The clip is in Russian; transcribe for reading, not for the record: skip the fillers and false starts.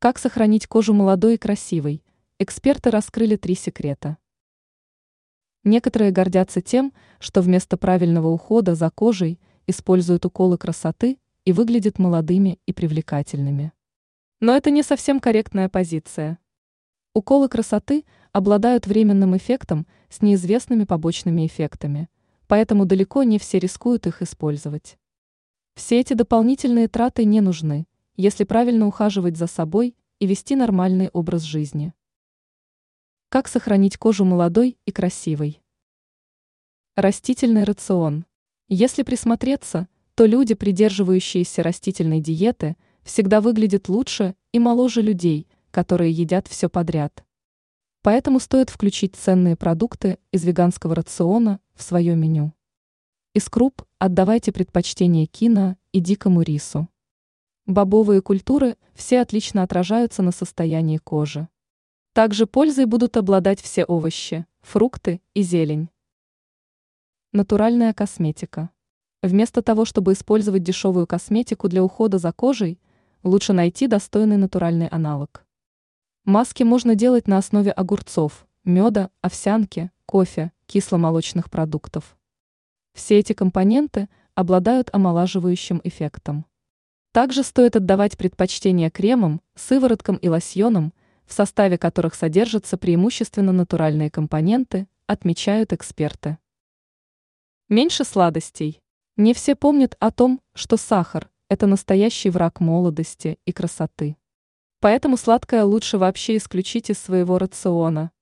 Как сохранить кожу молодой и красивой? Эксперты раскрыли 3 секрета. Некоторые гордятся тем, что вместо правильного ухода за кожей используют уколы красоты и выглядят молодыми и привлекательными. Но это не совсем корректная позиция. Уколы красоты обладают временным эффектом с неизвестными побочными эффектами, поэтому далеко не все рискуют их использовать. Все эти дополнительные траты не нужны, если правильно ухаживать за собой и вести нормальный образ жизни. Как сохранить кожу молодой и красивой? Растительный рацион. Если присмотреться, то люди, придерживающиеся растительной диеты, всегда выглядят лучше и моложе людей, которые едят все подряд. Поэтому стоит включить ценные продукты из веганского рациона в свое меню. Из круп отдавайте предпочтение киноа и дикому рису. Бобовые культуры все отлично отражаются на состоянии кожи. Также пользой будут обладать все овощи, фрукты и зелень. Натуральная косметика. Вместо того, чтобы использовать дешевую косметику для ухода за кожей, лучше найти достойный натуральный аналог. Маски можно делать на основе огурцов, меда, овсянки, кофе, кисломолочных продуктов. Все эти компоненты обладают омолаживающим эффектом. Также стоит отдавать предпочтение кремам, сывороткам и лосьонам, в составе которых содержатся преимущественно натуральные компоненты, отмечают эксперты. Меньше сладостей. Не все помнят о том, что сахар – это настоящий враг молодости и красоты. Поэтому сладкое лучше вообще исключить из своего рациона.